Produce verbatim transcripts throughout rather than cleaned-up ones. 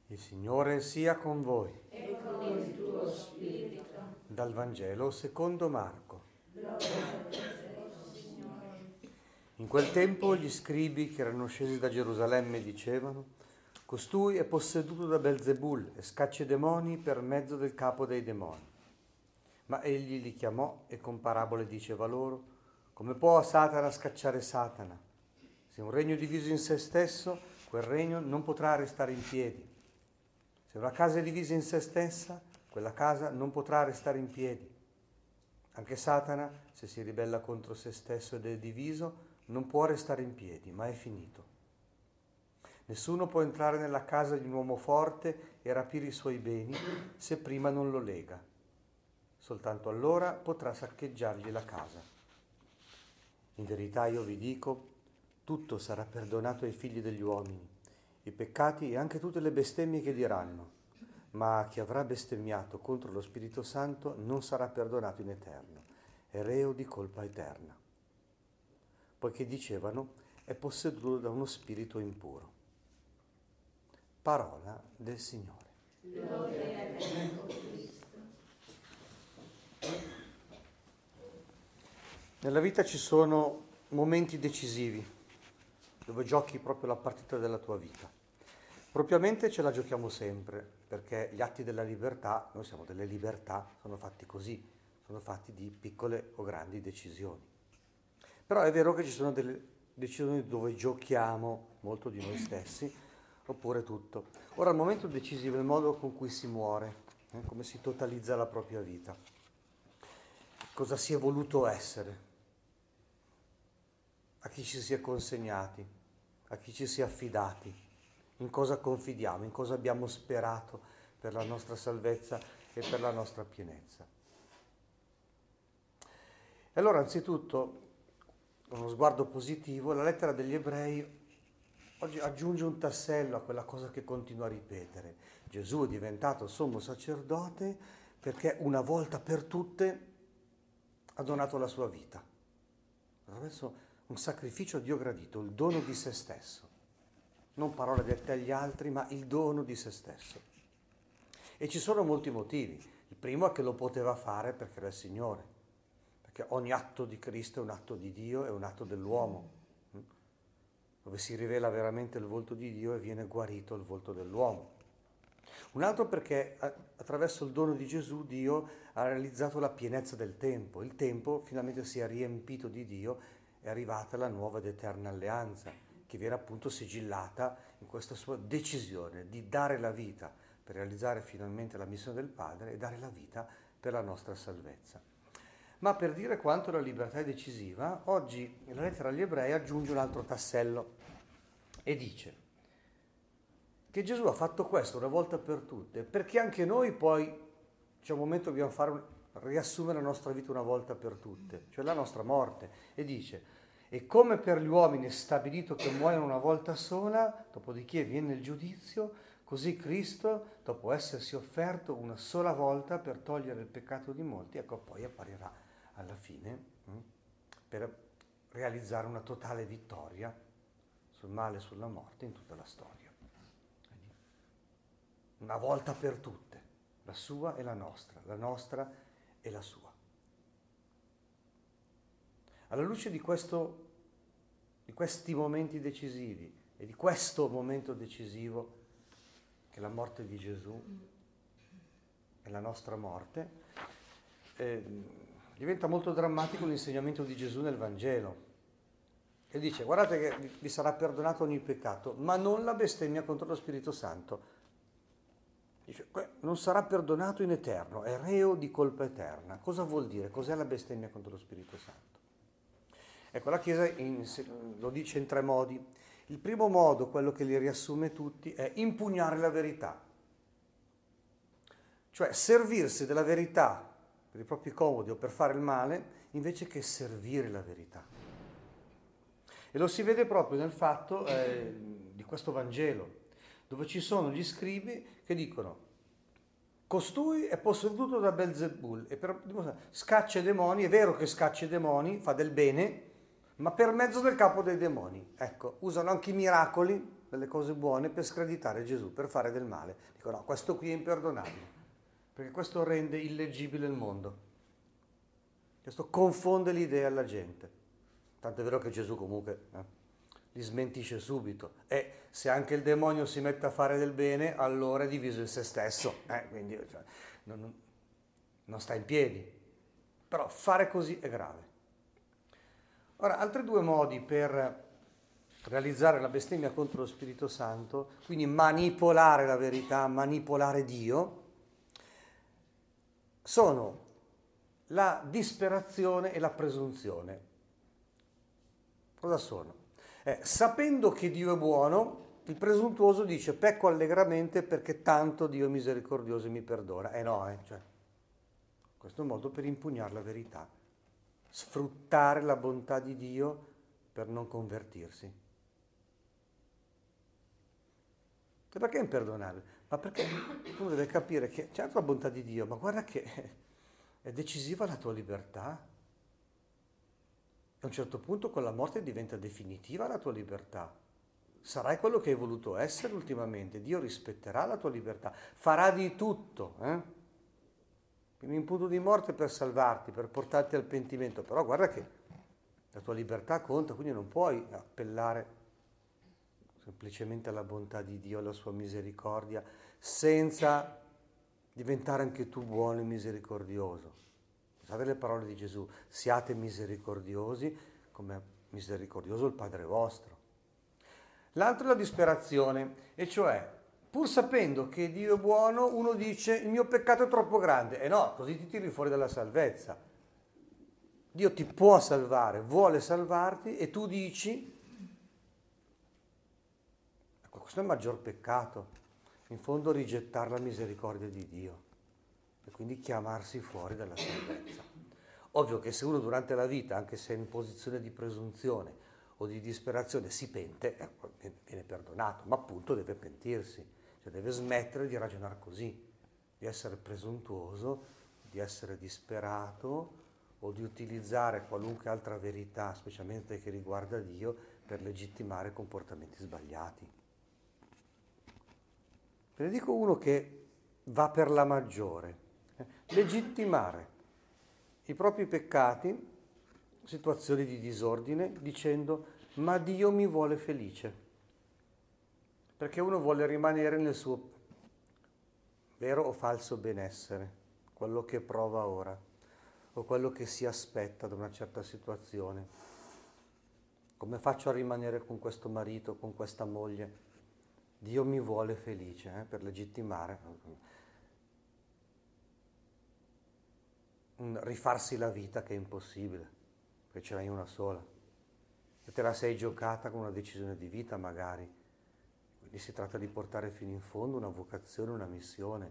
Il Signore sia con voi. E con il tuo spirito. Dal Vangelo secondo Marco. Gloria a te, Signore. In quel tempo gli scribi che erano scesi da Gerusalemme dicevano: costui è posseduto da Belzebul e scaccia i demoni per mezzo del capo dei demoni. Ma egli li chiamò e con parabole diceva loro: come può Satana scacciare Satana? Se un regno diviso in se stesso, quel regno non potrà restare in piedi. Se una casa è divisa in se stessa, quella casa non potrà restare in piedi. Anche Satana, se si ribella contro se stesso ed è diviso, non può restare in piedi, ma è finito. Nessuno può entrare nella casa di un uomo forte e rapire i suoi beni se prima non lo lega. Soltanto allora potrà saccheggiargli la casa. In verità io vi dico, tutto sarà perdonato ai figli degli uomini, i peccati e anche tutte le bestemmie che diranno, ma a chi avrà bestemmiato contro lo Spirito Santo non sarà perdonato in eterno, è reo di colpa eterna. Poiché dicevano, è posseduto da uno spirito impuro. Parola del Signore. Gloria a te, Cristo. Nella vita ci sono momenti decisivi, dove giochi proprio la partita della tua vita. Propriamente ce la giochiamo sempre, perché gli atti della libertà, noi siamo delle libertà, sono fatti così, sono fatti di piccole o grandi decisioni. Però è vero che ci sono delle decisioni dove giochiamo molto di noi stessi, oppure tutto. Ora il momento decisivo è il modo con cui si muore, eh, come si totalizza la propria vita, cosa si è voluto essere, a chi ci si è consegnati, a chi ci si è affidati, in cosa confidiamo, in cosa abbiamo sperato per la nostra salvezza e per la nostra pienezza. E allora, anzitutto, con uno sguardo positivo, la lettera degli Ebrei oggi aggiunge un tassello a quella cosa che continua a ripetere. Gesù è diventato sommo sacerdote perché una volta per tutte ha donato la sua vita. Attraverso un sacrificio a Dio gradito, il dono di se stesso. Non parole dette agli altri, ma il dono di se stesso. E ci sono molti motivi. Il primo è che lo poteva fare perché era il Signore, perché ogni atto di Cristo è un atto di Dio, è un atto dell'uomo, dove si rivela veramente il volto di Dio e viene guarito il volto dell'uomo. Un altro perché attraverso il dono di Gesù Dio ha realizzato la pienezza del tempo. Il tempo finalmente si è riempito di Dio, è arrivata la nuova ed eterna alleanza, che viene appunto sigillata in questa sua decisione di dare la vita per realizzare finalmente la missione del Padre e dare la vita per la nostra salvezza. Ma per dire quanto la libertà è decisiva, oggi la lettera agli Ebrei aggiunge un altro tassello e dice che Gesù ha fatto questo una volta per tutte, perché anche noi poi c'è un momento che dobbiamo fare un, riassumere la nostra vita una volta per tutte, cioè la nostra morte, e dice: e come per gli uomini è stabilito che muoiono una volta sola, dopodiché viene il giudizio, così Cristo, dopo essersi offerto una sola volta per togliere il peccato di molti, ecco poi apparirà alla fine hm, per realizzare una totale vittoria sul male e sulla morte in tutta la storia. Una volta per tutte, la sua e la nostra, la nostra e la sua. Alla luce di questo, di questi momenti decisivi e di questo momento decisivo che è la morte di Gesù e la nostra morte, eh, diventa molto drammatico l'insegnamento di Gesù nel Vangelo. E dice: guardate che vi sarà perdonato ogni peccato, ma non la bestemmia contro lo Spirito Santo. Dice, non sarà perdonato in eterno, è reo di colpa eterna. Cosa vuol dire? Cos'è la bestemmia contro lo Spirito Santo? Ecco, la Chiesa in, lo dice in tre modi. Il primo modo, quello che li riassume tutti, è impugnare la verità. Cioè servirsi della verità per i propri comodi o per fare il male, invece che servire la verità. E lo si vede proprio nel fatto eh, di questo Vangelo, dove ci sono gli scribi che dicono: costui è posseduto da Belzebul e per, scaccia i demoni. È vero che scaccia i demoni, fa del bene, ma per mezzo del capo dei demoni. Ecco, usano anche i miracoli delle cose buone per screditare Gesù, per fare del male. Dico no, questo qui è imperdonabile, perché questo rende illeggibile il mondo. Questo confonde l'idea alla gente. Tanto è vero che Gesù comunque eh, li smentisce subito. E se anche il demonio si mette a fare del bene, allora è diviso in se stesso. Eh, quindi cioè, non, non sta in piedi. Però fare così è grave. Ora, altri due modi per realizzare la bestemmia contro lo Spirito Santo, quindi manipolare la verità, manipolare Dio, sono la disperazione e la presunzione. Cosa sono? Eh, sapendo che Dio è buono, il presuntuoso dice pecco allegramente perché tanto Dio è misericordioso e mi perdona. Eh no, eh, cioè, questo è un modo per impugnare la verità, sfruttare la bontà di Dio per non convertirsi. E perché è imperdonabile? Ma perché uno deve capire che c'è la bontà di Dio, ma guarda che è decisiva la tua libertà. A un certo punto con la morte diventa definitiva la tua libertà. Sarai quello che hai voluto essere ultimamente, Dio rispetterà la tua libertà, farà di tutto, eh? Quindi in punto di morte per salvarti, per portarti al pentimento, però guarda che la tua libertà conta, quindi non puoi appellare semplicemente alla bontà di Dio, alla sua misericordia, senza diventare anche tu buono e misericordioso. Pensate le parole di Gesù, siate misericordiosi come misericordioso il Padre vostro. L'altro è la disperazione, e cioè, pur sapendo che Dio è buono, uno dice il mio peccato è troppo grande, e no, così ti tiri fuori dalla salvezza. Dio ti può salvare, vuole salvarti, e tu dici, ecco, questo è il maggior peccato, in fondo rigettare la misericordia di Dio. E quindi chiamarsi fuori dalla salvezza. Ovvio che se uno durante la vita, anche se è in posizione di presunzione o di disperazione, si pente, eh, viene perdonato, ma appunto deve pentirsi, cioè deve smettere di ragionare così, di essere presuntuoso, di essere disperato o di utilizzare qualunque altra verità, specialmente che riguarda Dio, per legittimare comportamenti sbagliati. Ve ne dico uno che va per la maggiore. Legittimare i propri peccati, situazioni di disordine, dicendo ma Dio mi vuole felice, perché uno vuole rimanere nel suo vero o falso benessere, quello che prova ora o quello che si aspetta da una certa situazione. Come faccio a rimanere con questo marito, con questa moglie? Dio mi vuole felice, eh, per legittimare un rifarsi la vita che è impossibile, perché ce n'hai una sola. E te la sei giocata con una decisione di vita magari. Quindi si tratta di portare fino in fondo una vocazione, una missione.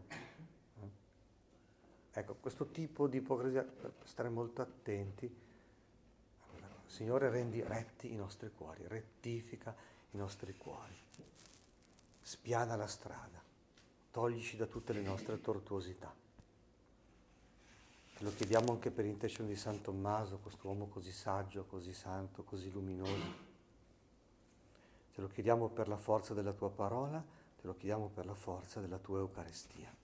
Ecco, questo tipo di ipocrisia, stare molto attenti. Signore, rendi retti i nostri cuori, rettifica i nostri cuori. Spiana la strada, toglici da tutte le nostre tortuosità. Te lo chiediamo anche per intercessione di San Tommaso, quest'uomo così saggio, così santo, così luminoso. Te lo chiediamo per la forza della tua parola, te lo chiediamo per la forza della tua Eucaristia.